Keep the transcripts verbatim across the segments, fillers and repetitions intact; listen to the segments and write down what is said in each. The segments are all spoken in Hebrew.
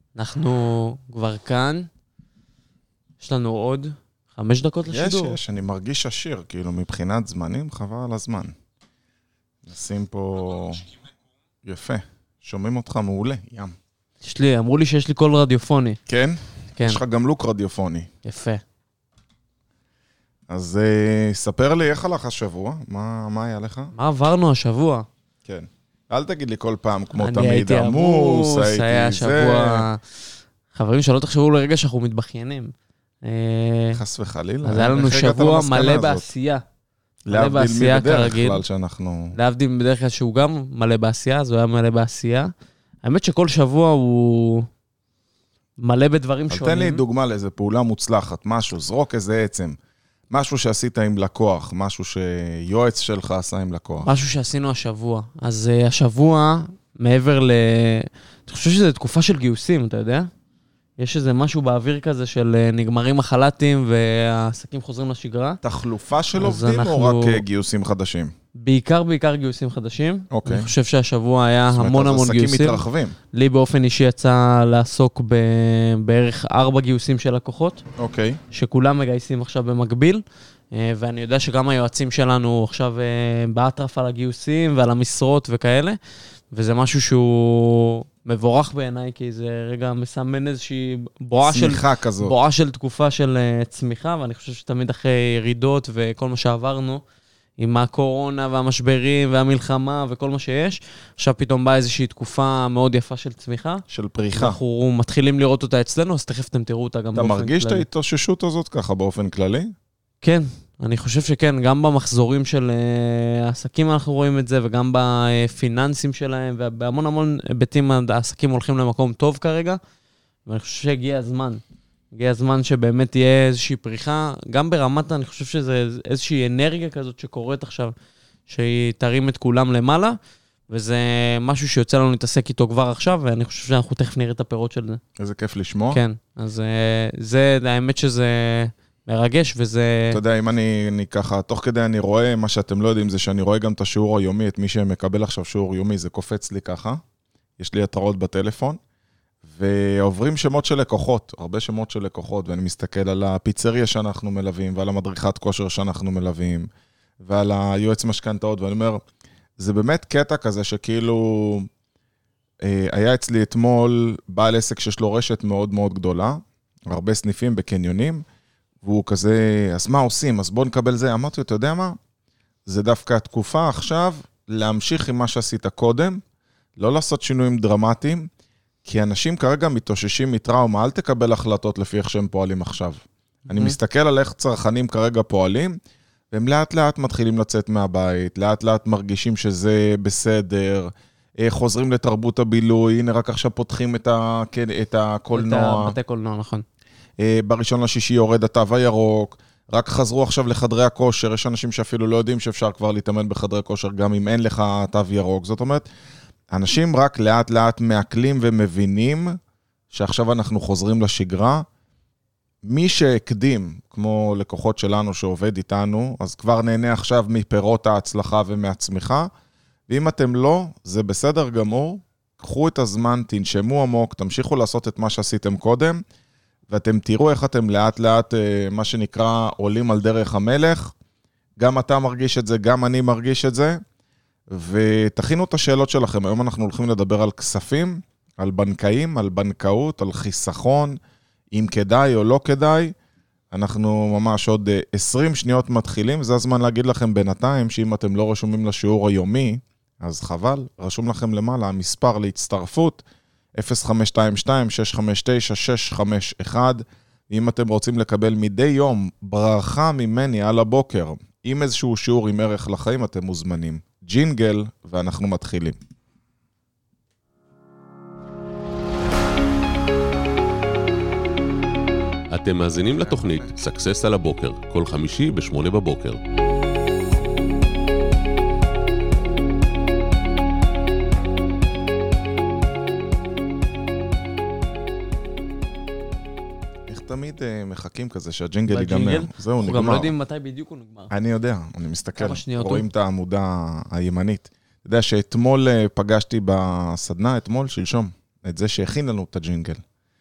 אנחנו כבר כאן, יש לנו עוד חמש דקות לשידור. יש, יש, אני מרגיש עשיר, כאילו מבחינת זמנים, חבל על הזמן. נשים פה יפה, שומעים אותך מעולה, ים. יש לי, אמרו לי שיש לי קול רדיופוני. כן? כן. יש לך גם לוק רדיופוני. יפה. אז uh, ספר לי איך הלך השבוע, מה, מה היה לך? מה עברנו השבוע? כן. אל תגיד לי כל פעם, כמו אני תמיד, הייתי עמוס, הייתי היה זה. שבוע... חברים, שלא תחשבו לרגע שאנחנו מתבחיינים. חס וחלילה. אז היה לנו שבוע מלא בעשייה. מלא בעשייה כרגיל. כלל שאנחנו... להבדיל בדרך כלל שהוא גם מלא בעשייה, אז הוא היה מלא בעשייה. האמת שכל שבוע הוא מלא בדברים שונים. תן לי דוגמה לאיזה פעולה מוצלחת, משהו, זרוק איזה עצם. משהו שעשית עם לקוח, משהו שיועץ שלך עשה עם לקוח. משהו שעשינו השבוע. אז uh, השבוע, מעבר ל... אני חושב שזו תקופה של גיוסים, אתה יודע? יש איזה משהו באוויר כזה של uh, נגמרים החלטים והעסקים חוזרים לשגרה. תחלופה של עובדים אנחנו... או רק uh, גיוסים חדשים? בעיקר, בעיקר גיוסים חדשים. אוקיי. אני חושב שהשבוע היה המון המון עסקים גיוסים. מתרחבים. לי באופן אישי יצא לעסוק ב... בערך ארבע גיוסים של לקוחות. אוקיי. שכולם מגייסים עכשיו במקביל. ואני יודע שגם היועצים שלנו עכשיו באטרף על הגיוסים ועל המשרות וכאלה. וזה משהו שהוא מבורך בעיניי, כי זה רגע מסמן איזושהי בועה של... צמיחה כזאת. בועה של תקופה של צמיחה, ואני חושב שתמיד אחרי ירידות וכל מה שעברנו, עם הקורונה והמשברים והמלחמה וכל מה שיש, עכשיו פתאום באה איזושהי תקופה מאוד יפה של צמיחה. של פריחה. אנחנו מתחילים לראות אותה אצלנו, אז תכף אתם תראו אותה גם באופן כללי. אתה מרגיש את ההתאוששות הזאת ככה באופן כללי? כן, אני חושב שכן, גם במחזורים של העסקים אנחנו רואים את זה, וגם בפיננסים שלהם, ובהמון המון היבטים העסקים הולכים למקום טוב כרגע, ואני חושב שהגיע הזמן. הגיע הזמן שבאמת תהיה איזושהי פריחה, גם ברמת, אני חושב שזה איזושהי אנרגיה כזאת שקורית עכשיו, שהיא תרים את כולם למעלה, וזה משהו שיוצא לנו להתעסק איתו כבר עכשיו, ואני חושב שאנחנו תכף נראה את הפירות של זה. איזה כיף לשמוע. כן, אז זה, האמת שזה מרגש, וזה... אתה יודע, אם אני, אני ככה, תוך כדי אני רואה, מה שאתם לא יודעים זה שאני רואה גם את השיעור היומי, את מי שמקבל עכשיו שיעור יומי, זה קופץ לי ככה, יש לי התראות בטלפון, ועוברים שמות של לקוחות, הרבה שמות של לקוחות, ואני מסתכל על הפיצריה שאנחנו מלווים, ועל המדריכת כושר שאנחנו מלווים, ועל היועץ משכנתאות, ואני אומר, זה באמת קטע כזה שכאילו, אה, היה אצלי אתמול בעל עסק שיש לו רשת מאוד מאוד גדולה, הרבה סניפים בקניונים, והוא כזה, אז מה עושים? אז בוא נקבל זה. אמרתי, אתה יודע מה? זה דווקא התקופה עכשיו, להמשיך עם מה שעשית קודם, לא לעשות שינויים דרמטיים, כי אנשים כרגע מתאוששים מטראומה, אל תקבל החלטות לפי איך שהם פועלים עכשיו. אני מסתכל על איך צרכנים כרגע פועלים, והם לאט לאט מתחילים לצאת מהבית, לאט לאט מרגישים שזה בסדר, חוזרים לתרבות הבילוי, הנה רק עכשיו פותחים את, ה, את הקולנוע. את בתי קולנוע, נכון. בראשון לשישי יורד התו הירוק, רק חזרו עכשיו לחדרי הכושר, יש אנשים שאפילו לא יודעים שאפשר כבר להתאמן בחדרי כושר, גם אם אין לך תו ירוק. זאת אומרת, אנשים רק לאט לאט מעכלים ומבינים שעכשיו אנחנו חוזרים לשגרה. מי שהקדים, כמו לקוחות שלנו שעובד איתנו, אז כבר נהנה עכשיו מפירות ההצלחה ומהצמיחה, ואם אתם לא, זה בסדר גמור, קחו את הזמן, תנשמו עמוק, תמשיכו לעשות את מה שעשיתם קודם, ואתם תראו איך אתם לאט לאט, מה שנקרא, עולים על דרך המלך, גם אתה מרגיש את זה, גם אני מרגיש את זה, ותכינו את השאלות שלכם. היום אנחנו הולכים לדבר על כספים, על בנקאים, על בנקאות, על חיסכון, אם כדאי או לא כדאי. אנחנו ממש עוד עשרים שניות מתחילים, זה הזמן להגיד לכם בינתיים, שאם אתם לא רשומים לשיעור היומי, אז חבל, רשום לכם למעלה, המספר להצטרפות, אפס חמש שתיים שתיים שש חמש תשע שש חמש אחת, אם אתם רוצים לקבל מדי יום ברכה ממני על הבוקר, עם איזשהו שיעור עם ערך לחיים, אתם מוזמנים. ג'ינגל, ואנחנו מתחילים. אתם מאזינים לתוכנית סקסס על הבוקר, כל חמישי בשמונה בבוקר. תמיד מחכים כזה שהג'ינגל ייגמר. זהו, נגמר. אנחנו גם לא יודעים מתי בדיוק הוא נגמר. אני יודע, אני מסתכל. רואים את העמודה הימנית. אתה יודע שאתמול פגשתי בסדנה, אתמול, שלשום, את זה שהכין לנו את הג'ינגל.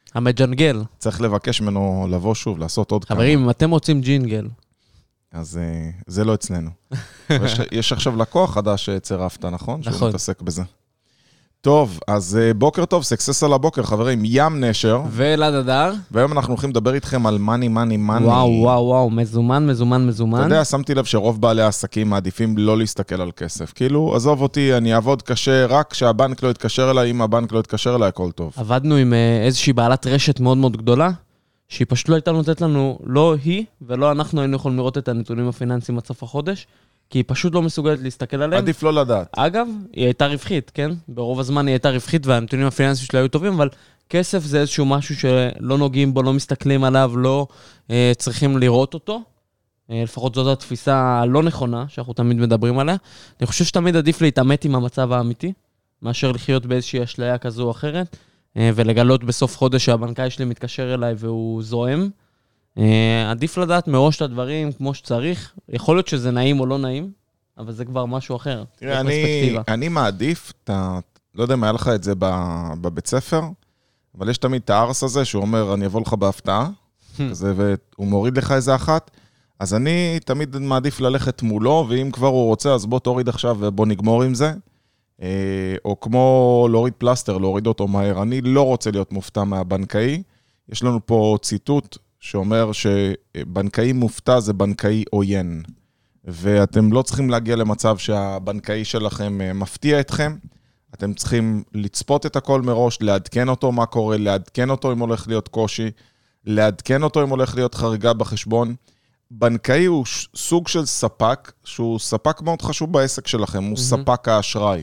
המג'נגל. צריך לבקש ממנו לבוא שוב, לעשות עוד כמה. חברים, אם אתם רוצים ג'ינגל. אז זה לא אצלנו. יש, יש עכשיו לקוח חדש שצירפת, נכון? נכון. שהוא מתעסק בזה. טוב, אז בוקר טוב, סקסס על הבוקר, חברים, ים נשר. ואלעד הדר. והיום אנחנו הולכים לדבר איתכם על מאני, מאני, מאני. וואו, וואו, וואו, מזומן, מזומן, מזומן. אתה יודע, שמתי לב שרוב בעלי העסקים מעדיפים לא להסתכל על כסף. כאילו, עזוב אותי, אני אעבוד קשה, רק שהבנק לא יתקשר אליי, אם הבנק לא יתקשר אליי, הכל טוב. עבדנו עם איזושהי בעלת רשת מאוד מאוד גדולה, שהיא פשוט לא הייתה נותנת לנו, לא היא ולא אנחנו היינו יכולים לראות את הנתונים הפיננסיים עד סוף החודש, כי היא פשוט לא מסוגלת להסתכל עליהם. עדיף לא לדעת. אגב, היא הייתה רווחית, כן? ברוב הזמן היא הייתה רווחית והנתונים הפיננסיים שלה היו טובים, אבל כסף זה איזשהו משהו שלא נוגעים בו, לא מסתכלים עליו, לא אה, צריכים לראות אותו. אה, לפחות זאת התפיסה הלא נכונה, שאנחנו תמיד מדברים עליה. אני חושב שתמיד עדיף להתעמת עם המצב האמיתי, מאשר לחיות באיזושהי אשליה כזו או אחרת, אה, ולגלות בסוף חודש שהבנקאי שלי מתקשר אליי והוא זועם. עדיף לדעת מראש את הדברים כמו שצריך, יכול להיות שזה נעים או לא נעים, אבל זה כבר משהו אחר. תראה, אני, אני מעדיף, אתה, לא יודע אם היה לך את זה בבית ספר, אבל יש תמיד את הארס הזה, שהוא אומר, אני אבוא לך בהפתעה, כזה, והוא מוריד לך איזה אחת, אז אני תמיד מעדיף ללכת מולו, ואם כבר הוא רוצה, אז בוא תוריד עכשיו ובוא נגמור עם זה, או כמו להוריד פלסטר, להוריד אותו מהר. אני לא רוצה להיות מופתע מהבנקאי, יש לנו פה ציטוט, שאומר שבנקאי מופתע זה בנקאי עוין, ואתם לא צריכים להגיע למצב שהבנקאי שלכם מפתיע אתכם, אתם צריכים לצפות את הכל מראש, לעדכן אותו מה קורה, לעדכן אותו אם הולך להיות קושי, לעדכן אותו אם הולך להיות חריגה בחשבון. בנקאי הוא סוג של ספק, שהוא ספק מאוד חשוב בעסק שלכם, הוא ספק האשראי.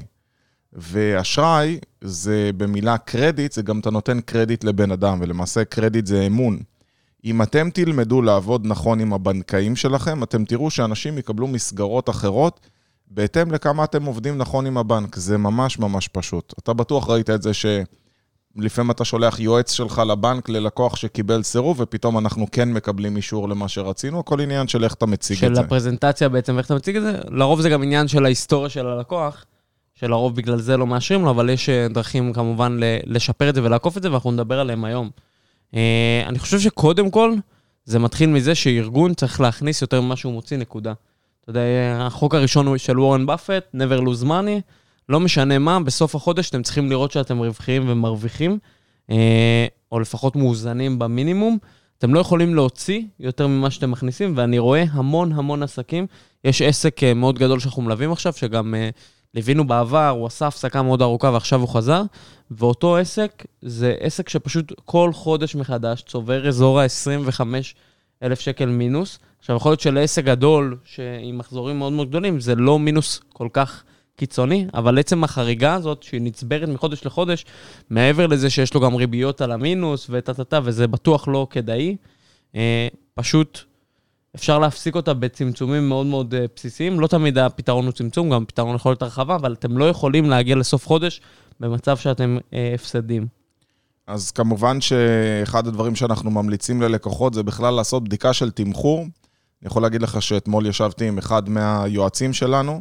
ואשראי זה במילה קרדיט, זה גם אתה נותן קרדיט לבן אדם, ולמעשה קרדיט זה אמון. אם אתם תלמדו לעבוד נכון עם הבנקאים שלכם, אתם תראו שאנשים יקבלו מסגרות אחרות, בהתאם לכמה אתם עובדים נכון עם הבנק. זה ממש ממש פשוט. אתה בטוח ראית את זה שלפעמים אתה שולח יועץ שלך לבנק ללקוח שקיבל סירוב, ופתאום אנחנו כן מקבלים אישור למה שרצינו, הכל עניין של איך אתה מציג את זה. של הפרזנטציה בעצם, איך אתה מציג את זה? לרוב זה גם עניין של ההיסטוריה של הלקוח, שלרוב בגלל זה לא מאשרים לו, אבל יש דרכים כמובן לשפר את זה ולעקוף את זה, ואנחנו נדבר עליהם היום. אני חושב שקודם כל, זה מתחיל מזה שארגון צריך להכניס יותר ממה שהוא מוציא, נקודה. אתה יודע, החוק הראשון של וורן באפט, never lose money, לא משנה מה, בסוף החודש אתם צריכים לראות שאתם רווחיים ומרוויחים, או לפחות מאוזנים במינימום. אתם לא יכולים להוציא יותר ממה שאתם מכניסים, ואני רואה המון המון עסקים. יש עסק מאוד גדול שאנחנו מלווים עכשיו, שגם לבינו בעבר, הוא עשה הפסקה מאוד ארוכה ועכשיו הוא חזר, ואותו עסק זה עסק שפשוט כל חודש מחדש צובר אזור ה-עשרים וחמישה אלף שקל מינוס. עכשיו יכול להיות שלעסק גדול, שעם מחזורים מאוד מאוד גדולים, זה לא מינוס כל כך קיצוני, אבל עצם החריגה הזאת שהיא נצברת מחודש לחודש, מעבר לזה שיש לו גם ריביות על המינוס וטטטה, וזה בטוח לא כדאי, פשוט אפשר להפסיק אותה בצמצומים מאוד מאוד בסיסיים, לא תמיד הפתרון הוא צמצום, גם פתרון יכול להיות הרחבה, אבל אתם לא יכולים להגיע לסוף חודש במצב שאתם הפסדים. אז כמובן שאחד הדברים שאנחנו ממליצים ללקוחות זה בכלל לעשות בדיקה של תמחור. אני יכול להגיד לך שאתמול ישבתי עם אחד מהיועצים שלנו,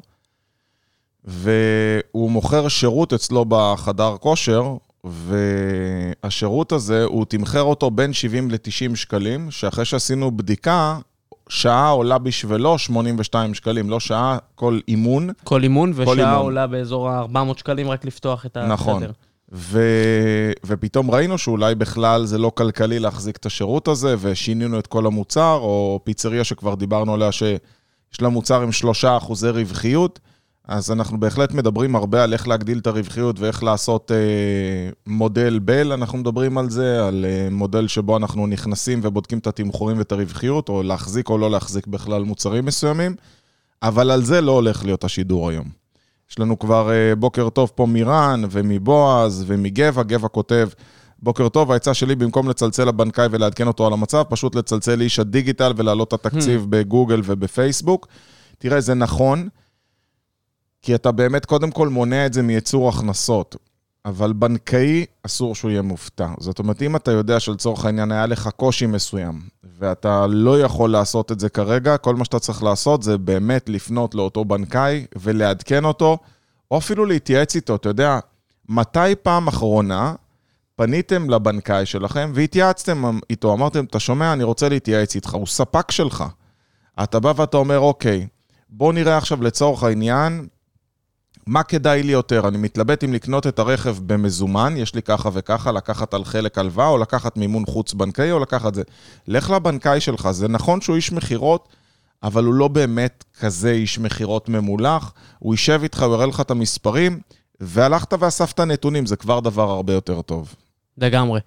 והוא מוכר שירות אצלו בחדר כושר, והשירות הזה, הוא תמחר אותו בין שבעים לתשעים שקלים, שאחרי שעשינו בדיקה, שעה עולה בשבילו שמונים ושתיים שקלים, לא שעה, כל אימון. כל אימון, ושעה כל אימון. עולה באזור ה-ארבע מאות שקלים רק לפתוח את החדר. נכון. ו... ופתאום ראינו שאולי בכלל זה לא כלכלי להחזיק את השירות הזה, ושינינו את כל המוצר, או פיצריה שכבר דיברנו עליה שיש לה מוצר עם שלושה אחוזי רווחיות, אז אנחנו בהחלט מדברים הרבה על איך להגדיל את הרווחיות, ואיך לעשות אה, מודל בל, אנחנו מדברים על זה, על אה, מודל שבו אנחנו נכנסים ובודקים את התמחורים ואת הרווחיות, או להחזיק או לא להחזיק בכלל מוצרים מסוימים, אבל על זה לא הולך להיות השידור היום. יש לנו כבר אה, בוקר טוב פה מירן ומבועז ומגבע, גבע כותב, בוקר טוב, העצה שלי במקום לצלצל לבנקאי ולעדכן אותו על המצב, פשוט לצלצל לאיש הדיגיטל ולהעלות את התקציב בגוגל ובפייסבוק. תראה, זה נכון, כי אתה באמת קודם כל מונע את זה מייצור הכנסות, אבל בנקאי אסור שהוא יהיה מופתע. זאת אומרת, אם אתה יודע שלצורך העניין היה לך קושי מסוים, ואתה לא יכול לעשות את זה כרגע, כל מה שאתה צריך לעשות זה באמת לפנות לאותו בנקאי ולעדכן אותו, או אפילו להתייעץ איתו. אתה יודע, מתי פעם אחרונה פניתם לבנקאי שלכם והתייעצתם איתו, אמרתם, אתה שומע, אני רוצה להתייעץ איתך, הוא ספק שלך. אתה בא ואתה אומר, אוקיי, בוא נראה עכשיו לצורך העניין, מה כדאי לי יותר? אני מתלבט אם לקנות את הרכב במזומן, יש לי ככה וככה, לקחת על חלק הלוואה, או לקחת מימון חוץ בנקאי, או לקחת זה. לך לבנקאי שלך, זה נכון שהוא איש מחירות, אבל הוא לא באמת כזה איש מחירות ממולח, הוא יישב איתך, הוא יראה לך את המספרים, והלכת ואספת נתונים, זה כבר דבר הרבה יותר טוב. לגמרי.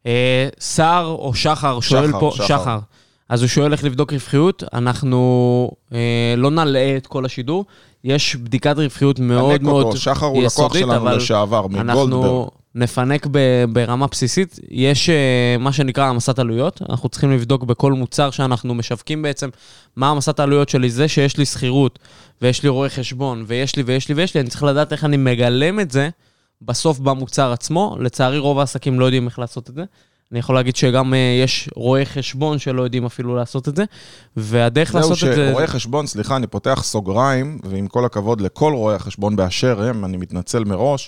שר או שחר שואל פה, שחר, אז הוא שואל איך לבדוק רווחיות, אנחנו לא נעלה את כל השידור, יש בדיקת רווחיות מאוד מאוד יסודית, שחר הוא לקוח שלנו לשעבר, אנחנו נפנק ברמה בסיסית, יש מה שנקרא המסת עלויות, אנחנו צריכים לבדוק בכל מוצר שאנחנו משווקים בעצם, מה המסת העלויות שלי, זה שיש לי שכירות, ויש לי רואה חשבון, ויש לי ויש לי ויש לי, אני צריך לדעת איך אני מגלם את זה, בסוף במוצר עצמו, לצערי רוב העסקים לא יודעים איך לעשות את זה, אני יכול להגיד שגם יש רואי חשבון שלא יודעים אפילו לעשות את זה, והדרך לעשות את זה... זהו שרואי חשבון, סליחה, אני פותח סוגריים, ועם כל הכבוד לכל רואי החשבון באשר הם, אני מתנצל מראש,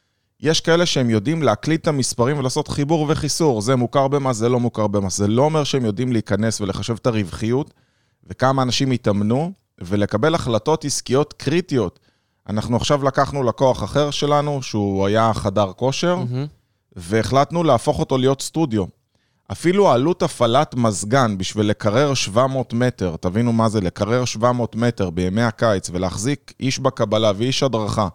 יש כאלה שהם יודעים להקליט את המספרים ולעשות חיבור וחיסור, זה מוכר במס, זה לא מוכר במס, זה לא אומר שהם יודעים להיכנס ולחשב את הרווחיות, וכמה אנשים יתאמנו, ולקבל החלטות עסקיות קריטיות. אנחנו עכשיו לקחנו לקוח אחר שלנו, שהוא היה חדר כושר, mm-hmm. והחלטנו להפוך אותו להיות סטודיו. אפילו העלות הפעלת מזגן בשביל לקרר שבע מאות מטר, תבינו מה זה, לקרר שבע מאות מטר בימי הקיץ, ולהחזיק איש בקבלה ואיש הדרכה,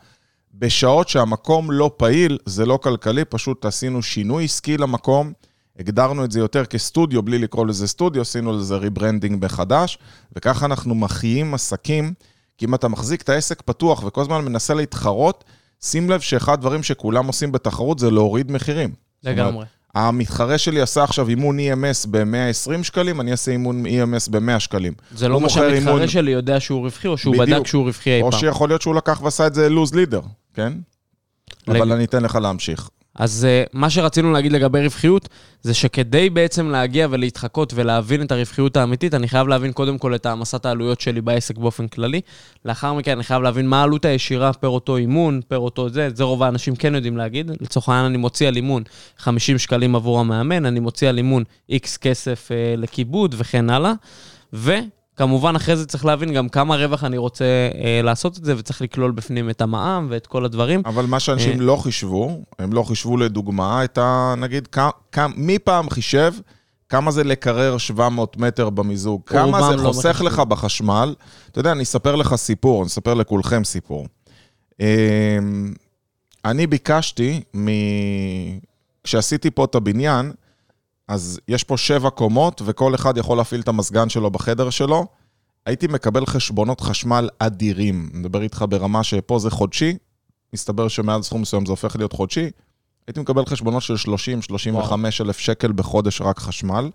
בשעות שהמקום לא פעיל, זה לא כלכלי, פשוט עשינו שינוי עסקי למקום, הגדרנו את זה יותר כסטודיו, בלי לקרוא לזה סטודיו, עשינו לזה ריברנדינג מחדש, וככה אנחנו מחיים עסקים, כי אם אתה מחזיק את העסק פתוח, וכל הזמן מנסה להתחרות, שים לב שאחד הדברים שכולם עושים בתחרות, זה להוריד מחירים. לגמרי. המתחרה שלי עשה עכשיו אימון אי אם אס ב-מאה ועשרים שקלים, אני אעשה אימון אי אם אס ב-מאה שקלים. זה לא מה שהמתחרה אימון... שלי יודע שהוא רווחי, או שהוא בדיוק. בדק שהוא רווחי אי פעם. או שיכול להיות שהוא לקח ועשה את זה לוז לידר, כן? לג... אבל אני אתן לך להמשיך. אז uh, מה שרצינו להגיד לגבי רווחיות, זה שכדי בעצם להגיע ולהתחקות ולהבין את הרווחיות האמיתית, אני חייב להבין קודם כל את העמסת העלויות שלי בעסק באופן כללי. לאחר מכן אני חייב להבין מה העלות הישירה פר אותו אימון, פר אותו זה, זה רוב האנשים כן יודעים להגיד. לצורך העניין אני מוציא על אימון חמישים שקלים עבור המאמן, אני מוציא על אימון X כסף uh, לכיבוד וכן הלאה. ו... כמובן, אחרי זה צריך להבין גם כמה רווח אני רוצה אה, לעשות את זה, וצריך לכלול בפנים את המע"מ ואת כל הדברים. אבל מה שאנשים אה... לא חישבו, הם לא חישבו לדוגמה, את ה, נגיד, כ, כ, מי פעם חישב, כמה זה לקרר שבע מאות מטר במיזוג, כמה זה לא חוסך לך בחשמל. אתה יודע, אני אספר לך סיפור, אני אספר לכולכם סיפור. אה, אני ביקשתי, מ... כשעשיתי פה את הבניין, אז יש פה שבע קומות, וכל אחד יכול להפעיל את המסגן שלו בחדר שלו. הייתי מקבל חשבונות חשמל אדירים. נדבר איתך ברמה שפה זה חודשי, מסתבר שמעל סכום מסוים זה הופך להיות חודשי. הייתי מקבל חשבונות של שלושים שלושים וחמישה אלף שקל בחודש רק חשמל,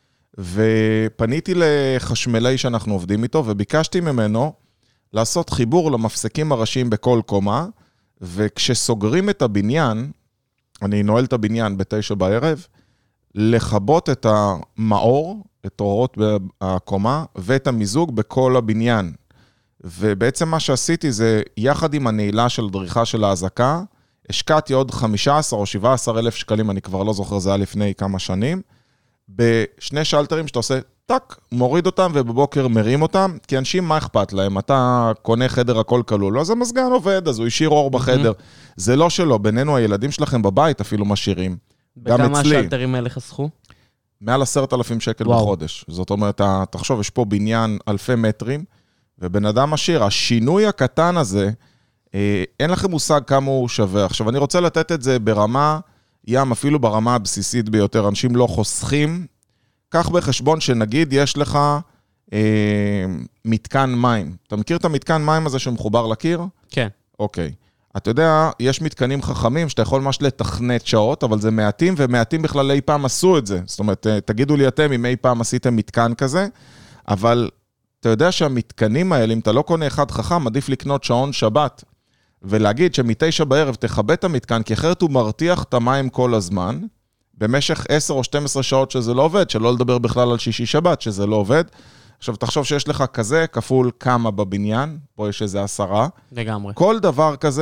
ופניתי לחשמלי שאנחנו עובדים איתו, וביקשתי ממנו לעשות חיבור למפסקים הראשיים בכל קומה, וכשסוגרים את הבניין, אני נועל את הבניין בתשע בערב, לחבות את המאור, את אורות הקומה, ואת המיזוג בכל הבניין. ובעצם מה שעשיתי זה, יחד עם הנעילה של דריכה של ההזקה, השקעתי עוד חמישה עשר או שבעה עשר אלף שקלים, אני כבר לא זוכר, זה היה לפני כמה שנים, בשני שלטרים שאתה עושה טק, מוריד אותם ובבוקר מרים אותם, כי אנשים מה אכפת להם? אתה קונה חדר הכל כלול, אז המזגן עובד, אז הוא השאיר אור בחדר. זה לא שלו, בינינו הילדים שלכם בבית אפילו משאירים. בכמה השלטרים האלה חסכו? מעל עשרת אלפים שקל וואו. בחודש. זאת אומרת, תחשוב, יש פה בניין אלפי מטרים, ובן אדם משאיר, השינוי הקטן הזה, אין לכם מושג כמה הוא שווה. עכשיו, אני רוצה לתת את זה ברמה, ים, אפילו ברמה הבסיסית ביותר, אנשים לא חוסכים, כך בחשבון שנגיד יש לך אה, מתקן מים. אתה מכיר את המתקן מים הזה שמחובר לקיר? כן. אוקיי. אתה יודע, יש מתקנים חכמים שאתה יכול ממש לתכנת שעות, אבל זה מעטים, ומעטים בכלל אי פעם עשו את זה. זאת אומרת, תגידו לי אתם אם אי פעם עשיתם מתקן כזה, אבל אתה יודע שהמתקנים האלה, אם אתה לא קונה אחד חכם, עדיף לקנות שעון שבת, ולהגיד שמתשע בערב תכבה את המתקן, כי אחרת הוא מרתיח את המים כל הזמן, במשך עשר או שתים עשרה שעות שזה לא עובד, שלא לדבר בכלל על שישי שבת שזה לא עובד. עכשיו תחשוב שיש לך כזה כפול כמה בבניין, פה יש איזה עשרה. לגמרי. כל דבר כזה,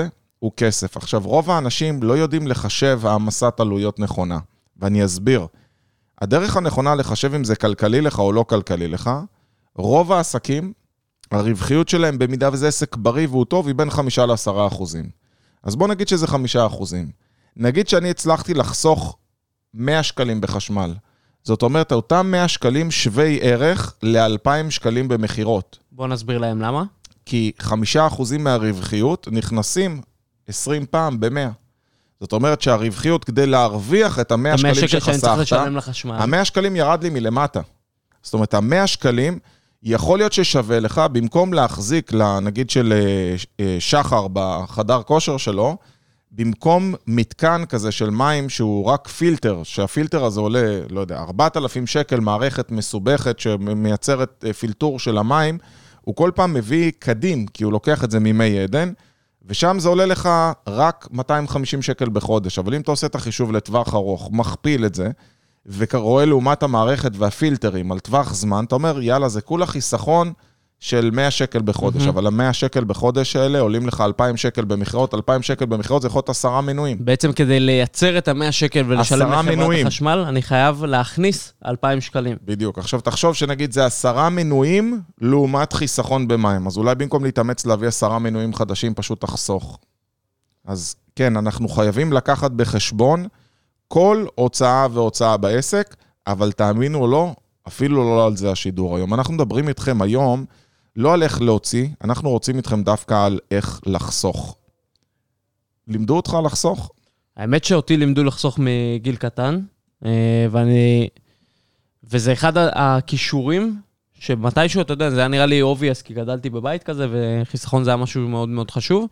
הוא כסף. עכשיו, רוב האנשים לא יודעים לחשב העמסת עלויות נכונה, ואני אסביר. הדרך הנכונה לחשב אם זה כלכלי לך או לא כלכלי לך, רוב העסקים, הרווחיות שלהם במידה וזה עסק בריא והוא טוב, היא בין חמישה לעשרה אחוזים. אז בוא נגיד שזה חמישה אחוזים. נגיד שאני הצלחתי לחסוך מאה שקלים בחשמל. זאת אומרת, אותם מאה שקלים שווי ערך ל-אלפיים שקלים במחירות. בוא נסביר להם למה. כי חמישה אחוזים מהרווחיות נכנסים עשרים פעם ב-מאה. זאת אומרת שהרווחיות כדי להרוויח את ה-מאה שקלים שחסכת, שאני צריך לשלם לחשמל. ה-מאה שקלים ירד לי מלמטה. זאת אומרת, ה-מאה שקלים יכול להיות ששווה לך, במקום להחזיק, נגיד של שחר בחדר כושר שלו, במקום מתקן כזה של מים שהוא רק פילטר, שהפילטר הזה עולה, לא יודע, ארבעת אלפים שקל, מערכת מסובכת שמייצרת פילטור של המים, הוא כל פעם מביא קדים, כי הוא לוקח את זה ממי עדן, ושם זה עולה לך רק מאתיים וחמישים שקל בחודש, אבל אם אתה עושה את החישוב לטווח ארוך, מכפיל את זה, ורואה לעומת המערכת והפילטרים על טווח זמן, אתה אומר, יאללה, זה כולה חיסכון של מאה שקל בחודש, אבל ה-מאה שקל בחודש האלה עולים לך אלפיים שקל במחירות, אלפיים שקל במחירות זה יכול להיות עשרה מנויים. בעצם כדי לייצר את ה-מאה שקל ולשלם לחברת החשמל, אני חייב להכניס אלפיים שקלים. בדיוק. עכשיו תחשוב שנגיד זה עשרה מנויים לעומת חיסכון במים, אז אולי במקום להתאמץ להביא עשרה מנויים חדשים, פשוט תחסוך. אז כן, אנחנו חייבים לקחת בחשבון כל הוצאה והוצאה בעסק, אבל תאמינו או לא, אפילו לא על זה השידור היום. אנחנו מדברים איתכם היום, לא על איך להוציא, אנחנו רוצים איתכם דווקא על איך לחסוך. לימדו אותך לחסוך? האמת שאותי לימדו לחסוך מגיל קטן, ואני, וזה אחד הכישורים, שמתישהו, אתה יודע, זה היה נראה לי obvious, כי גדלתי בבית כזה, וחיסכון זה היה משהו מאוד מאוד חשוב,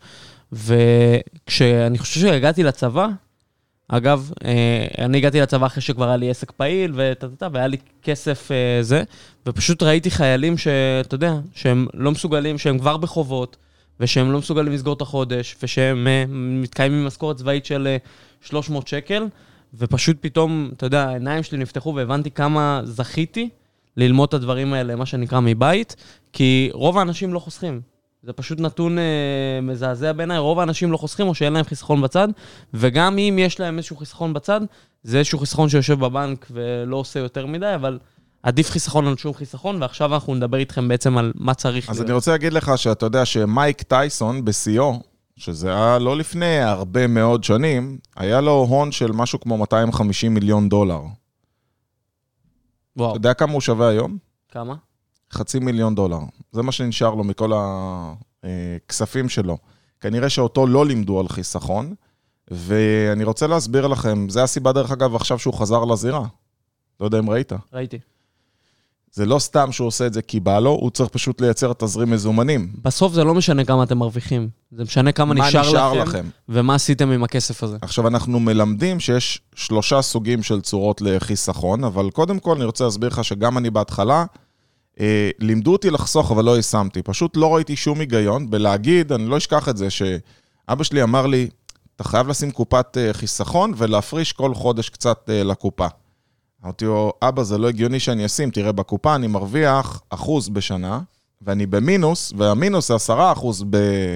וכשאני חושב שהגעתי לצבא, אגב, אני הגעתי לצבא אחרי שכבר היה לי עסק פעיל, והיה לי כסף זה, ופשוט ראיתי חיילים שאתה יודע, שהם לא מסוגלים, שהם כבר בחובות, ושהם לא מסוגלים לסגור את החודש, ושהם מתקיימים עם משכורת צבאית של שלוש מאות שקל, ופשוט פתאום, אתה יודע, העיניים שלי נפתחו, והבנתי כמה זכיתי ללמוד את הדברים האלה, מה שנקרא מבית, כי רוב האנשים לא חוסכים. זה פשוט נתון אה, מזעזע בעיניי, רוב האנשים לא חוסכים או שאין להם חיסכון בצד, וגם אם יש להם איזשהו חיסכון בצד, זה איזשהו חיסכון שיושב בבנק ולא עושה יותר מדי, אבל עדיף חיסכון על שום חיסכון, ועכשיו אנחנו נדבר איתכם בעצם על מה צריך. אז אני רוצה להגיד לך שאתה יודע שמייק טייסון בסיו, שזה היה לא לפני הרבה מאוד שנים, היה לו הון של משהו כמו מאתיים וחמישים מיליון דולר. וואו. אתה יודע כמה הוא שווה היום? כמה? חצי מיליון דולר. זה מה שנשאר לו מכל הכספים שלו. כנראה שאותו לא לימדו על חיסכון, ואני רוצה להסביר לכם, זה הסיבה דרך אגב עכשיו שהוא חזר לזירה. לא יודע אם ראית. ראיתי. זה לא סתם שהוא עושה את זה כי בא לו, הוא צריך פשוט לייצר תזרים מזומנים. בסוף זה לא משנה כמה אתם מרוויחים, זה משנה כמה נשאר, נשאר לכם, לכם, ומה עשיתם עם הכסף הזה. עכשיו אנחנו מלמדים שיש שלושה סוגים של צורות לחיסכון, אבל קודם כל אני רוצה להסביר לך שגם אני בהתחלה, אה, לימדו אותי לחסוך אבל לא יישמתי, פשוט לא ראיתי שום היגיון בלהגיד, אני לא אשכח את זה, שאבא שלי אמר לי, אתה חייב לשים קופת אה, חיסכון ולהפריש כל חודש קצת אה, לקופה. אמרתי לו, אבא, זה לא הגיוני שאני אשים, תראה, בקופה אני מרוויח אחוז בשנה, ואני במינוס, והמינוס זה עשרה אחוז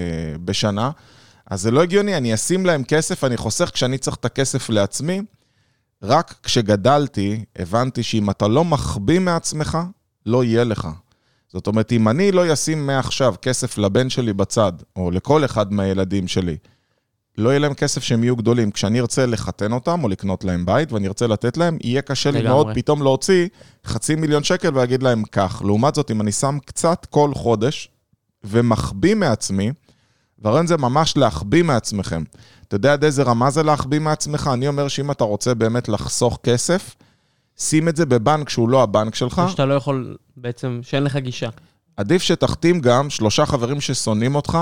בשנה, אז זה לא הגיוני, אני אשים להם כסף, אני חוסך כשאני צריך את הכסף לעצמי, רק כשגדלתי, הבנתי שאם אתה לא מחביא מעצמך, לא יהיה לך. זאת אומרת, אם אני לא אשים מעכשיו כסף לבן שלי בצד, או לכל אחד מהילדים שלי, לא יהיה להם כסף שהם יהיו גדולים. כשאני ארצה לחתן אותם או לקנות להם בית, ואני ארצה לתת להם, יהיה קשה לי מאוד פתאום להוציא חצי מיליון שקל ולהגיד להם כך. לעומת זאת, אם אני שם קצת כל חודש ומחביא מעצמי, והרעיון זה ממש להחביא מעצמכם. אתה יודע עד איזה רמה זה להחביא מעצמך? אני אומר שאם אתה רוצה באמת לחסוך כסף, שים את זה בבנק שהוא לא הבנק שלך. שאתה לא יכול בעצם, שאין לך גישה. עדיף שתחתים גם שלושה חברים ששונאים אותך,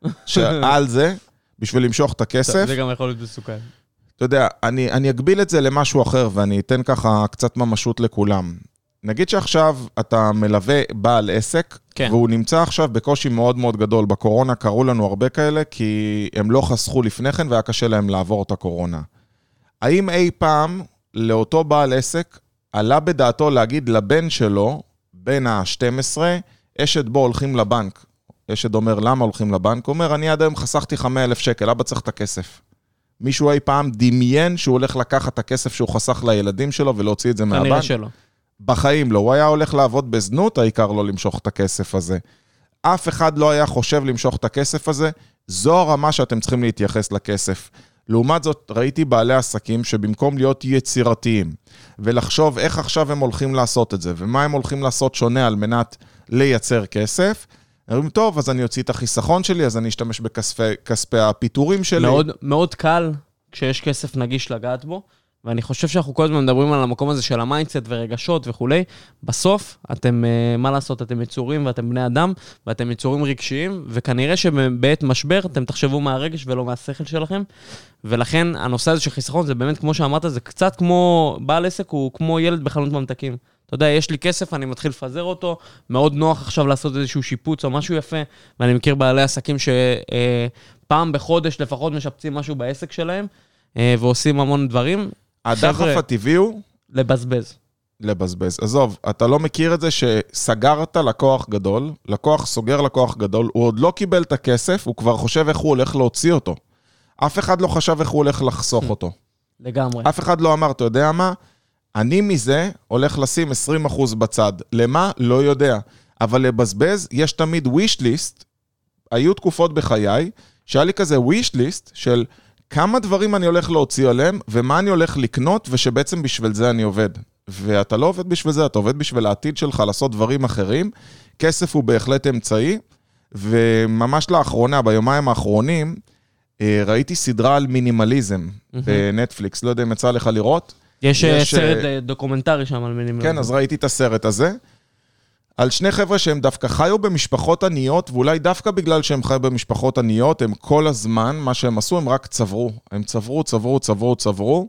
שעל זה, בשביל למשוך את הכסף. זה גם יכול להיות מסוכן. אתה יודע, אני, אני אגביל את זה למשהו אחר, ואני אתן ככה קצת ממשות לכולם. נגיד שעכשיו אתה מלווה בעל עסק, כן. והוא נמצא עכשיו בקושי מאוד מאוד גדול. בקורונה קראו לנו הרבה כאלה, כי הם לא חסכו לפני כן, והיה קשה להם לעבור את הקורונה. האם אי פעם לאותו בעל עסק עלה בדעתו להגיד לבן שלו, בן ה-שתים עשרה, אשת בו הולכים לבנק, יש אומר, למה הולכים לבנק? הוא אומר, אני עד היום חסכתי חמישה אלף שקל, אבא צריך את הכסף. מישהו אי פעם דמיין שהוא הולך לקחת את הכסף שהוא חסך לילדים שלו ולהוציא את זה מהבנק? כנראה שלא. בחיים לא, הוא היה הולך לעבוד בזנות, העיקר לא למשוך את הכסף הזה. אף אחד לא היה חושב למשוך את הכסף הזה, זו הרמה שאתם צריכים להתייחס לכסף. לעומת זאת, ראיתי בעלי עסקים שבמקום להיות יצירתיים, ולחשוב איך עכשיו הם הולכים לעשות את זה, ומה הם הולכים לעשות שונה על מנת לייצר כסף, אומרים, טוב, אז אני אוציא את החיסכון שלי, אז אני אשתמש בכספי הפיטורים שלי. מאוד, מאוד קל כשיש כסף נגיש לגעת בו, ואני חושב שאנחנו כל הזמן מדברים על המקום הזה של המיינדסט ורגשות וכולי. בסוף, אתם, מה לעשות, אתם יצורים ואתם בני אדם, ואתם יצורים רגשיים, וכנראה שבעת משבר אתם תחשבו מהרגש ולא מהשכל שלכם, ולכן הנושא הזה של חיסכון זה באמת, כמו שאמרת, זה קצת כמו, בעל עסק הוא כמו ילד בחנות ממתקים. אתה יודע, יש לי כסף, אני מתחיל לפזר אותו, מאוד נוח עכשיו לעשות איזשהו שיפוץ או משהו יפה, ואני מכיר בעלי עסקים שפעם בחודש לפחות משפצים משהו בעסק שלהם, ועושים המון דברים. הדחף הטבעי הוא? לבזבז. לבזבז. עזוב, אתה לא מכיר את זה שסגרת לקוח גדול, לקוח סוגר לקוח גדול, הוא עוד לא קיבל את הכסף, הוא כבר חושב איך הוא הולך להוציא אותו. אף אחד לא חשב איך הוא הולך לחסוך אותו. לגמרי. אף אחד לא אמר, אתה יודע מה? אני מזה הולך לשים עשרים אחוז בצד. למה? לא יודע. אבל לבזבז, יש תמיד wish list, היו תקופות בחיי, שהיה לי כזה wish list של כמה דברים אני הולך להוציא עליהם, ומה אני הולך לקנות, ושבעצם בשביל זה אני עובד. ואתה לא עובד בשביל זה, אתה עובד בשביל העתיד שלך לעשות דברים אחרים. כסף הוא בהחלט אמצעי, וממש לאחרונה, ביומיים האחרונים, ראיתי סדרה על מינימליזם בנטפליקס, לא יודע אם יצא לך לראות. יש, יש סרט דוקומנטרי שם על מינימליזם. כן, אז ראיתי את הסרט הזה. על שני חבר'ה שהם דווקא חיו במשפחות עניות, ואולי דווקא בגלל שהם חיו במשפחות עניות, הם כל הזמן, מה שהם עשו, הם רק צברו. הם צברו, צברו, צברו, צברו,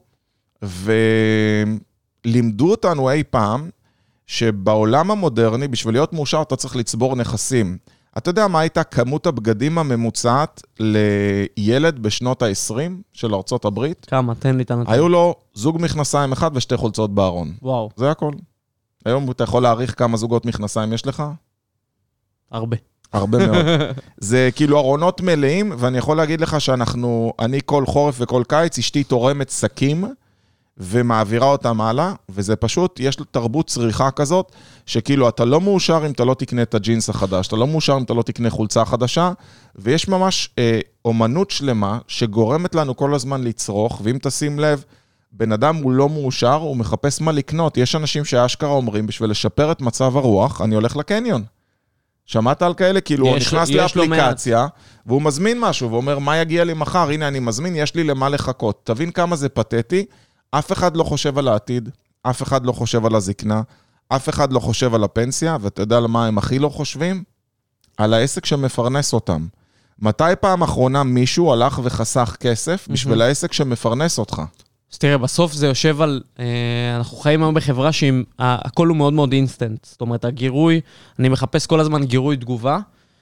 ולימדו אותנו אי פעם, שבעולם המודרני, בשביל להיות מאושר, אתה צריך לצבור נכסים. אתה יודע מה הייתה כמות הבגדים הממוצעת לילד בשנות ה-עשרים של ארצות הברית? כמה? תן לי את הנתון. היו לו זוג מכנסיים אחד ושתי חולצות בארון. וואו. זה הכל. היום אתה יכול להעריך כמה זוגות מכנסיים יש לך? הרבה. הרבה מאוד. זה כאילו ארונות מלאים, ואני יכול להגיד לך שאנחנו, אני כל חורף וכל קיץ, אשתי תורמת שקים, ומעבירה אותם הלאה, וזה פשוט, יש לו תרבות צריכה כזאת, שכאילו אתה לא מאושר אם אתה לא תקנה את הג'ינס החדש, אתה לא מאושר אם אתה לא תקנה חולצה חדשה, ויש ממש אה, אומנות שלמה, שגורמת לנו כל הזמן לצרוך, ואם תשים לב, בן אדם הוא לא מאושר, הוא מחפש מה לקנות. יש אנשים שהאשכרה אומרים, בשביל לשפר את מצב הרוח, אני הולך לקניון. שמעת על כאלה? כאילו הוא נכנס לאפליקציה, והוא מזמין משהו, ואומר, מה יגיע לי מחר? הנה אני מזמין, יש לי למה לחכות. תבין כמה זה פתטי, אף אחד לא חושב על העתיד, אף אחד לא חושב על הזקנה, אף אחד לא חושב על הפנסיה, ואתה יודע למה הם הכי לא חושבים? על העסק שמפרנס אותם. מתי פעם אחרונה מישהו הלך וחסך כסף בשביל העסק שמפרנס אותך? אז תראה, בסוף זה יושב על, אנחנו חיים היום בחברה שהכל הוא מאוד מאוד אינסטנט. זאת אומרת, הגירוי, אני מחפש כל הזמן גירוי תגובה,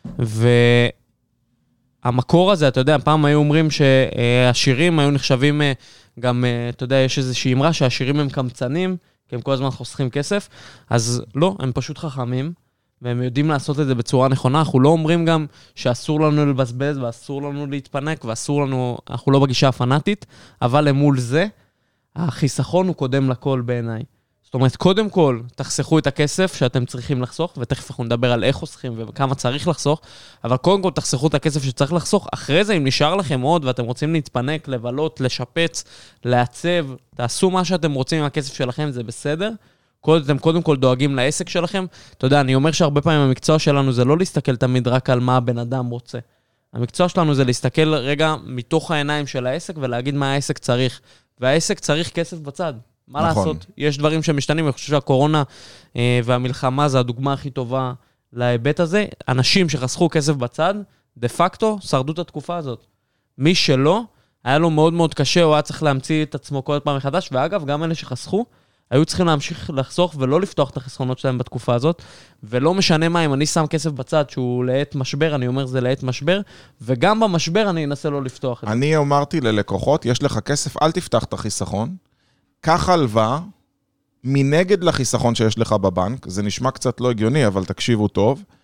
והמקור הזה, אתה יודע, פעם היו אומרים שהשירים היו נחשבים גם, אתה יודע, יש איזושהי אמרה שהשירים הם קמצנים, כי הם כל הזמן חוסכים כסף, אז לא, הם פשוט חכמים, והם יודעים לעשות את זה בצורה נכונה. אנחנו לא אומרים גם שאסור לנו לבזבז, ואסור לנו להתפנק, ואסור לנו, אנחנו לא בגישה הפנאטית, אבל למול זה, החיסכון הוא קודם לכל בעיניי. זאת אומרת, קודם כל, תחסכו את הכסף שאתם צריכים לחסוך, ותכף אנחנו נדבר על איך חוסכים וכמה צריך לחסוך, אבל קודם כל תחסכו את הכסף שצריך לחסוך. אחרי זה, אם נשאר לכם עוד, ואתם רוצים להתפנק, לבלות, לשפץ, לעצב, תעשו מה שאתם רוצים עם הכסף שלכם, זה בסדר. אתם קודם כל דואגים לעסק שלכם. אתה יודע, אני אומר שהרבה פעמים המקצוע שלנו זה לא להסתכל תמיד רק על מה הבן אדם רוצה. המקצוע שלנו זה להסתכל רגע מתוך העיניים של העסק ולהגיד מה העסק צריך. והעסק צריך כסף בצד. מה נכון. לעשות? יש דברים שמשתנים. אני חושב שהקורונה אה, והמלחמה זה הדוגמה הכי טובה להיבט הזה. אנשים שחסכו כסף בצד, דה פקטו, שרדו את התקופה הזאת. מי שלא, היה לו מאוד מאוד קשה, הוא היה צריך להמציא את עצמו כל פעם מחדש. ואגב, גם אלה שחסכו, היו צריכים להמשיך לחסוך ולא לפתוח את החסכונות שלהם בתקופה הזאת, ולא משנה מה, אם אני שם כסף בצד שהוא לעת משבר, אני אומר זה לעת משבר, וגם במשבר אני אנסה לא לפתוח את זה. אני אמרתי ללקוחות, יש לך כסף, אל תפתח את החיסכון, קח הלוואה, מנגד לחיסכון שיש לך בבנק, זה נשמע קצת לא הגיוני, אבל תקשיבו טוב,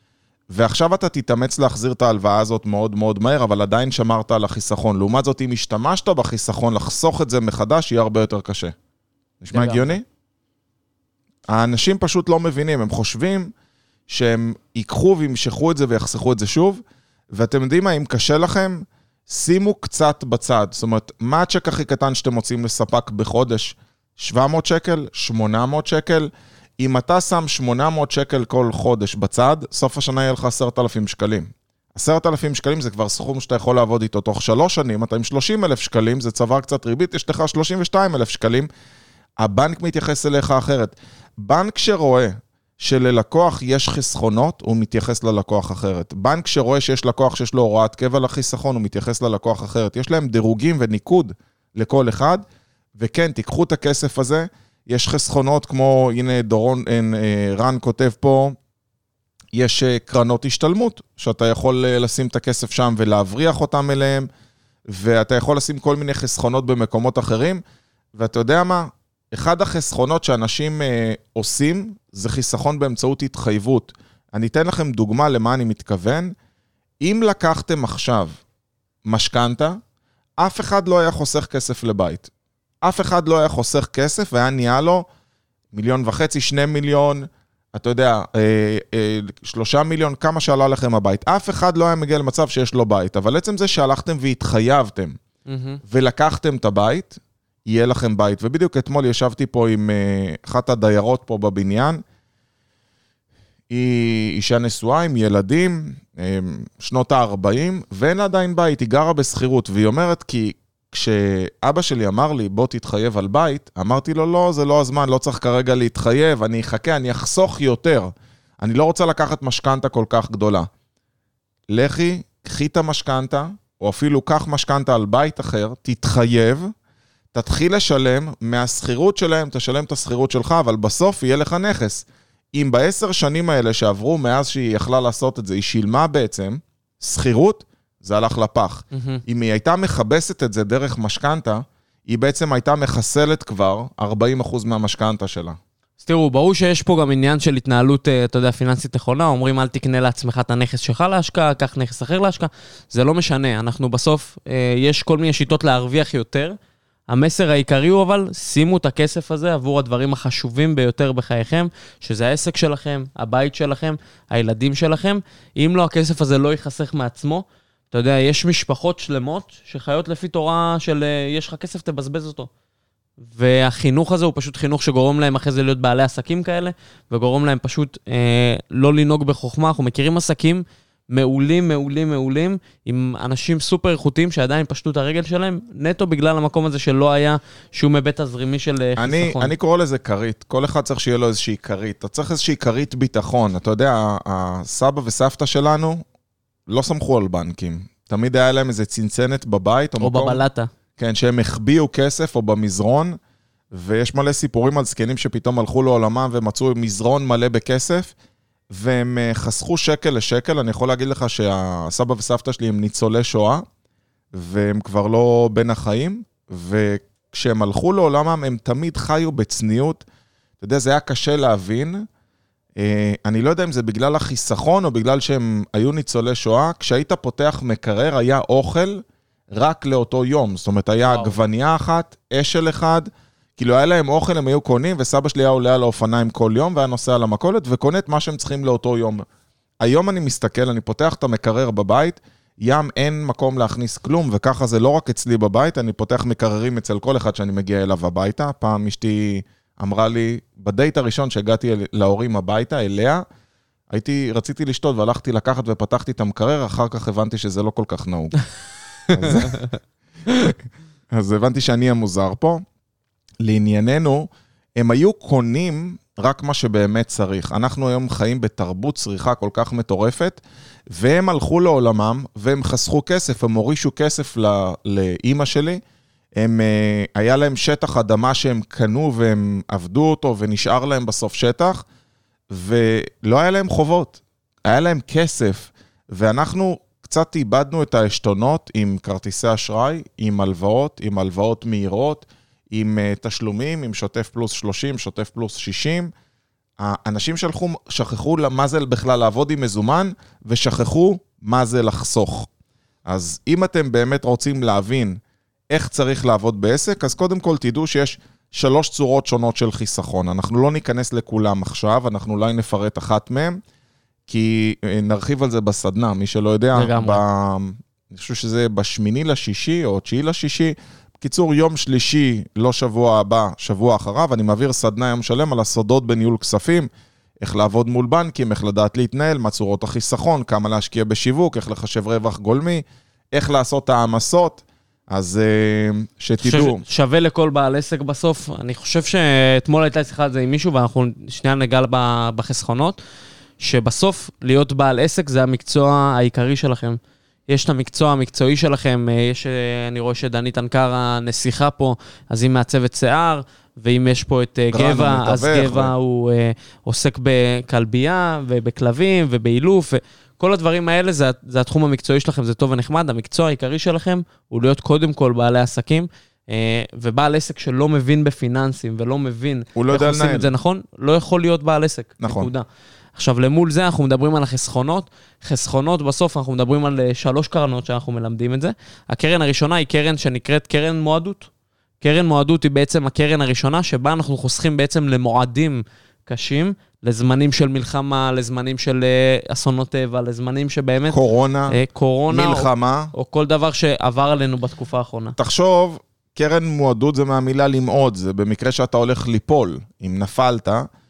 ועכשיו אתה תתאמץ להחזיר את ההלוואה הזאת מאוד מאוד מהר, אבל עדיין שמרת על החיסכון. לעומת זאת, אם השתמשת בחיסכון, לחסוך את זה מחדש, יהיה הרבה יותר קשה. נשמע הגיוני? האנשים פשוט לא מבינים, הם חושבים שהם ייקחו וימשכו את זה ויחסכו את זה שוב, ואתם יודעים מה, אם קשה לכם, שימו קצת בצד. זאת אומרת, מה הצ'ק הכי קטן שאתם מוצאים לספק בחודש? שבע מאות שקל? שמונה מאות שקל? אם אתה שם שמונה מאות שקל כל חודש בצד, סוף השנה יהיה לך עשרת אלפים שקלים. עשרת אלפים שקלים זה כבר סכום שאתה יכול לעבוד איתו תוך שלוש שנים, אתה עם שלושים אלף שקלים, זה צבר קצת ריבית, יש לך שלושים ושתיים אלף שקלים, הבנק מתייחס אליך אחרת. בנק שרואה שללקוח יש חסכונות, הוא מתייחס ללקוח אחרת. בנק שרואה שיש לקוח שיש לו הוראת קבע לחיסכון, הוא מתייחס ללקוח אחרת. יש להם דירוגים וניקוד לכל אחד, וכן, תיקחו את הכסף הזה, יש חסכונות כמו, הנה דורון, רן כותב פה, יש קרנות השתלמות, שאתה יכול לשים את הכסף שם ולהבריח אותם אליהם, ואתה יכול לשים כל מיני חסכונות במקומות אחרים, ואתה יודע מה? אחד החסכונות שאנשים אה, עושים, זה חיסכון באמצעות התחייבות. אני אתן לכם דוגמה למה אני מתכוון. אם לקחתם עכשיו משכנתה, אף אחד לא היה חוסך כסף לבית. אף אחד לא היה חוסך כסף, והיה נהיה לו מיליון וחצי, שני מיליון, אתה יודע, אה, אה, שלושה מיליון, כמה שעלה לכם הבית. אף אחד לא היה מגיע למצב שיש לו בית, אבל עצם זה שהלכתם והתחייבתם, mm-hmm. ולקחתם את הבית, יהיה לכם בית. ובדיוק אתמול ישבתי פה עם uh, אחת הדיירות פה בבניין, היא אישה נשואה עם ילדים, um, שנות ה-ארבעים, ואין לה עדיין בית, היא גרה בסחירות, והיא אומרת כי כשאבא שלי אמר לי בוא תתחייב על בית, אמרתי לו לא, זה לא הזמן, לא צריך כרגע להתחייב, אני אחכה, אני אחסוך יותר, אני לא רוצה לקחת משכנתה כל כך גדולה. לכי, קחי את המשכנתה, או אפילו קח משכנתה על בית אחר, תתחייב, תתחיל לשלם, מהסחירות שלהם, תשלם את הסחירות שלך, אבל בסוף יהיה לך נכס. אם בעשר שנים האלה שעברו מאז שהיא יכלה לעשות את זה, היא שילמה בעצם סחירות, זה הלך לפח. Mm-hmm. אם היא הייתה מחבסת את זה דרך משכנתה, היא בעצם הייתה מחסלת כבר ארבעים אחוז מהמשכנתה שלה. אז תראו, ברור שיש פה גם עניין של התנהלות, אתה יודע, פיננסית נכונה, אומרים אל תקנה לעצמך את הנכס שלך להשקעה, קח נכס אחר להשקעה, זה לא משנה, אנחנו בסוף, יש כל מיני שיטות להרוויח יותר, המסר העיקרי הוא אבל, שימו את הכסף הזה עבור הדברים החשובים ביותר בחייכם, שזה העסק שלכם, הבית שלכם, הילדים שלכם. אם לא, הכסף הזה לא ייחסך מעצמו. אתה יודע, יש משפחות שלמות שחיות לפי תורה של יש לך כסף, תבזבז אותו. והחינוך הזה הוא פשוט חינוך שגורם להם אחרי זה להיות בעלי עסקים כאלה, וגורם להם פשוט אה, לא לנהוג בחוכמה. אנחנו מכירים עסקים מעולים, מעולים, מעולים, עם אנשים סופר איכותיים שעדיין פשטו את הרגל שלהם, נטו בגלל המקום הזה שלא היה שום היבט תזרימי של אני, חיסכון. אני קורא לזה קרית, כל אחד צריך שיהיה לו איזושהי קרית, אתה צריך איזושהי קרית ביטחון, אתה יודע, הסבא וסבתא שלנו לא סמכו על בנקים, תמיד היה להם איזה צנצנת בבית, או, או מקום, בבלטה. כן, שהם החביאו כסף או במזרון, ויש מלא סיפורים על זקנים שפתאום הלכו לעולמם ומצאו מזרון מלא בכסף, והם חסכו שקל לשקל. אני יכול להגיד לך שהסבא וסבתא שלי הם ניצולי שואה, והם כבר לא בין החיים, וכשהם הלכו לעולמם הם תמיד חיו בצניעות. אתה יודע, זה היה קשה להבין. אני לא יודע אם זה בגלל החיסכון או בגלל שהם היו ניצולי שואה. כשהיית פותח מקרר היה אוכל רק לאותו יום. זאת אומרת, היה גווניה אחת, אשל אחד, כאילו היה להם אוכל, הם היו קונים, וסבא שלי היה עולה על האופניים כל יום, והיה נוסע למכולת, וקונה את מה שהם צריכים לאותו יום. היום אני מסתכל, אני פותח את המקרר בבית, ים אין מקום להכניס כלום, וככה זה לא רק אצלי בבית, אני פותח מקררים אצל כל אחד שאני מגיע אליו הביתה. פעם אשתי אמרה לי, בדייט הראשון שהגעתי להורים הביתה, אליה, הייתי, רציתי לשתות והלכתי לקחת ופתחתי את המקרר, אחר כך הבנתי שזה לא כל כך נהוג. אז, אז הבנתי שאני המוזר פה. לענייננו, הם היו קונים רק מה שבאמת צריך. אנחנו היום חיים בתרבות צריכה כל כך מטורפת, והם הלכו לעולמם, והם חסכו כסף, הם הורישו כסף לאמא שלי, הם, היה להם שטח אדמה שהם קנו, והם עבדו אותו, ונשאר להם בסוף שטח, ולא היה להם חובות, היה להם כסף, ואנחנו קצת איבדנו את האשתונות עם כרטיסי אשראי, עם הלוואות, עם הלוואות מהירות, עם תשלומים, עם שוטף פלוס שלושים, שוטף פלוס שישים, האנשים שלחו, שכחו מה זה בכלל לעבוד עם מזומן, ושכחו מה זה לחסוך. אז אם אתם באמת רוצים להבין איך צריך לעבוד בעסק, אז קודם כל תדעו שיש שלוש צורות שונות של חיסכון. אנחנו לא ניכנס לכולם עכשיו, אנחנו אולי נפרט אחת מהם, כי נרחיב על זה בסדנה, מי שלא יודע, ב... אני חושב שזה בשמיני לשישי או תשיעי לשישי, בקיצור יום שלישי, לא שבוע הבא, שבוע אחריו, אני מעביר סדנה יום שלם על הסודות בניהול כספים, איך לעבוד מול בנקים, איך לדעת להתנהל, מה צורות החיסכון, כמה להשקיע בשיווק, איך לחשב רווח גולמי, איך לעשות העמסות, אז שתדעו. שווה לכל בעל עסק בסוף. אני חושב שאתמול הייתה שיחה על זה עם מישהו, ואנחנו שנייה נגע בחסכונות, שבסוף להיות בעל עסק זה המקצוע העיקרי שלכם. יש את המקצוע המקצועי שלכם, יש, אני רואה שדנית אנקרה נסיכה פה, אז היא מעצבת שיער, ואם יש פה את גבע, אז גבע הוא עוסק בכלבייה ובכלבים ובאילוף, כל הדברים האלה זה, זה התחום המקצועי שלכם, זה טוב ונחמד. המקצוע העיקרי שלכם הוא להיות קודם כל בעלי עסקים, ובעל עסק שלא מבין בפיננסים ולא מבין איך עושים את זה נכון, לא יכול להיות בעל עסק. נכון. נקודה. עכשיו, למול זה אנחנו מדברים על החסכונות. חסכונות, בסוף אנחנו מדברים על שלוש קרנות שאנחנו מלמדים את זה. הקרן הראשונה היא קרן שנקראת קרן מועדות. קרן מועדות היא בעצם הקרן הראשונה שבה אנחנו חוסכים בעצם למועדים קשים, לזמנים של מלחמה, לזמנים של אסונות טבע, לזמנים שבאמת... קורונה, קורונה מלחמה. או, או כל דבר שעבר עלינו בתקופה האחרונה. תחשוב, קרן מועדות זה מהמילה למעוד, זה במקרה שאתה הולך ליפול, אם נפלת,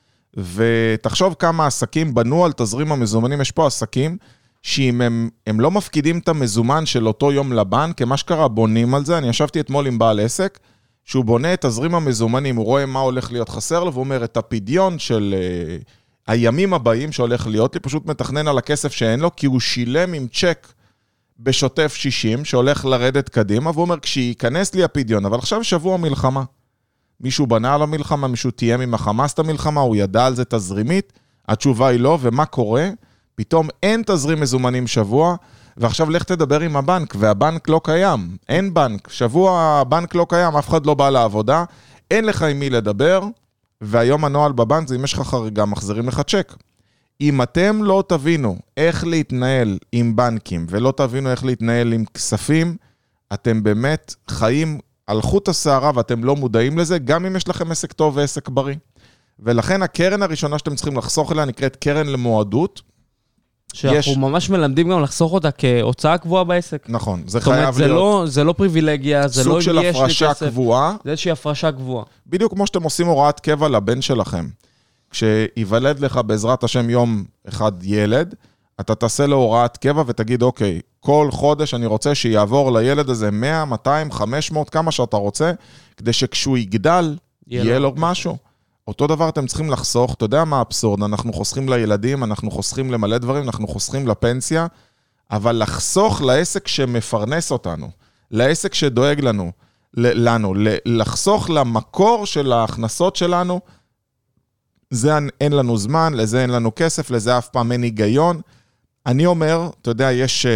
ותחשוב כמה עסקים בנו על תזרים המזומנים. יש פה עסקים שאם הם, הם לא מפקידים את המזומן של אותו יום לבנק, כמה שקרה בונים על זה. אני ישבתי אתמול עם בעל עסק, שהוא בונה את תזרים המזומנים, הוא רואה מה הולך להיות חסר לו, והוא אומר את הפדיון של uh, הימים הבאים שהולך להיות לי, פשוט מתכנן על הכסף שאין לו, כי הוא שילם עם צ'ק בשוטף שישים, שהולך לרדת קדימה, והוא אומר, כשייכנס לי הפדיון, אבל עכשיו שבוע מלחמה. מישהו בנה על המלחמה, מישהו תיאם עם החמאס את המלחמה, הוא ידע על זה תזרימית, התשובה היא לא, ומה קורה? פתאום אין תזרים מזומנים שבוע, ועכשיו לך תדבר עם הבנק, והבנק לא קיים, אין בנק, שבוע הבנק לא קיים, אף אחד לא בא לעבודה, אין לך עם מי לדבר, והיום הנוהל בבנק זה אם יש לך חריגה, מחזירים לך צ'ק. אם אתם לא תבינו איך להתנהל עם בנקים, ולא תבינו איך להתנהל עם כספים, אתם באמת חיים על חוט השערה, ואתם לא מודעים לזה, גם אם יש לכם עסק טוב ועסק בריא. ולכן הקרן הראשונה שאתם צריכים לחסוך אליה, נקראת קרן למועדות. שאנחנו יש... ממש מלמדים גם לחסוך אותה כהוצאה קבועה בעסק. נכון, זה חייב להיות... זה לא, זה לא פריבילגיה, זה לא סוג של הפרשה קבועה. זה איזושהי הפרשה קבועה. בדיוק כמו שאתם עושים הוראת קבע לבן שלכם. כשיוולד לך בעזרת השם יום אחד ילד, אתה תעשה לו הוראת קבע ותגיד, אוקיי, כל חודש אני רוצה שיעבור לילד הזה מאה, מאתיים, חמש מאות, כמה שאתה רוצה, כדי שכשהוא יגדל, יהיה לו משהו. אותו דבר אתם צריכים לחסוך, אתה יודע מה האבסורד, אנחנו חוסכים לילדים, אנחנו חוסכים למלא דברים, אנחנו חוסכים לפנסיה, אבל לחסוך לעסק שמפרנס אותנו, לעסק שדואג לנו, לנו, לחסוך למקור של ההכנסות שלנו, זה אין לנו זמן, לזה אין לנו כסף, לזה אף פעם אין היגיון. אני אומר, אתה יודע, יש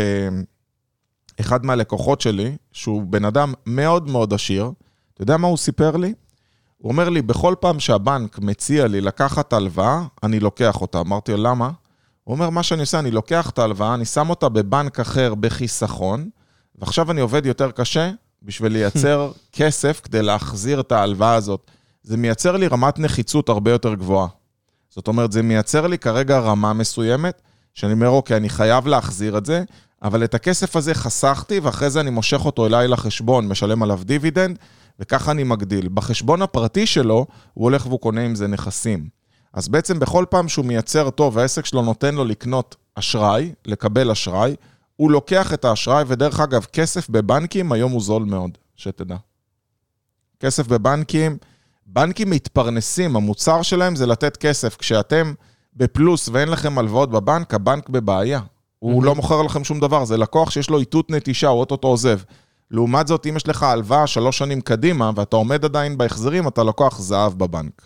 אחד מהלקוחות שלי, שהוא בן אדם מאוד מאוד עשיר, אתה יודע מה הוא סיפר לי? הוא אומר לי, בכל פעם שהבנק מציע לי לקחת הלוואה, אני לוקח אותה. אמרתי לו, למה? הוא אומר, מה שאני עושה, אני לוקח את ההלוואה, אני שם אותה בבנק אחר בחיסכון, ועכשיו אני עובד יותר קשה בשביל לייצר כסף כדי להחזיר את ההלוואה הזאת. זה מייצר לי רמת נחיצות הרבה יותר גבוהה. זאת אומרת, זה מייצר לי כרגע רמה מסוימת, שאני אומר, אוקיי, אני חייב להחזיר את זה, אבל את הכסף הזה חסכתי, ואחרי זה אני מושך אותו אליי לחשבון, משלם עליו דיבידנד, וככה אני מגדיל. בחשבון הפרטי שלו, הוא הולך והוא קונה עם זה נכסים. אז בעצם בכל פעם שהוא מייצר טוב, והעסק שלו נותן לו לקנות אשראי, לקבל אשראי, הוא לוקח את האשראי, ודרך אגב, כסף בבנקים היום הוא זול מאוד, שתדע. כסף בבנקים, בנקים מתפרנסים, המוצר שלהם זה לתת כסף. כשאתם בפלוס ואין לכם הלוואות בבנק, הבנק בבעיה. הוא לא מוכר לכם שום דבר, זה לקוח שיש לו איתות נטישה, הוא אותו עוזב. לעומת זאת, אם יש לך הלוואה שלוש שנים קדימה, ואתה עומד עדיין בהחזרים, אתה לקוח זהב בבנק.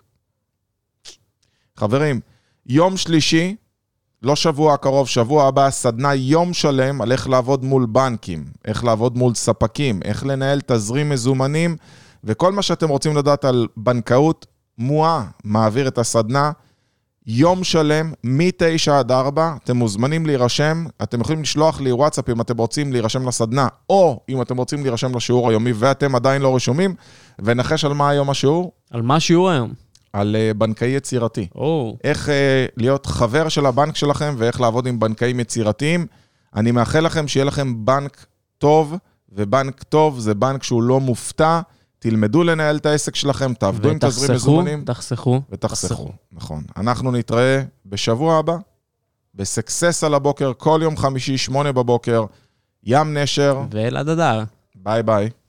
חברים, יום שלישי, לא שבוע הקרוב, שבוע הבא, סדנה יום שלם על איך לעבוד מול בנקים, איך לעבוד מול ספקים, איך לנהל תזרים מזומנים, וכל מה שאתם רוצים לדעת על בנקאות, מועה, מעביר את הסדנה. יום שלם, מ-תשע עד ארבע, אתם מוזמנים להירשם, אתם יכולים לשלוח לי וואטסאפ אם אתם רוצים להירשם לסדנה, או אם אתם רוצים להירשם לשיעור היומי, ואתם עדיין לא רשומים, ונחש על מה היום השיעור? על מה השיעור היום? על uh, בנקאי יצירתי. או. איך uh, להיות חבר של הבנק שלכם, ואיך לעבוד עם בנקאים יצירתיים. אני מאחל לכם שיהיה לכם בנק טוב, ובנק טוב זה בנק שהוא לא מופתע, תלמדו לנהל את העסק שלכם, תעבדו עם תזרים מזומנים. ותחסכו, ותחסכו, נכון. אנחנו נתראה בשבוע הבא, בסקסס על הבוקר, כל יום חמישי, שמונה בבוקר, ים נשר. ואלעד אדר. ביי ביי.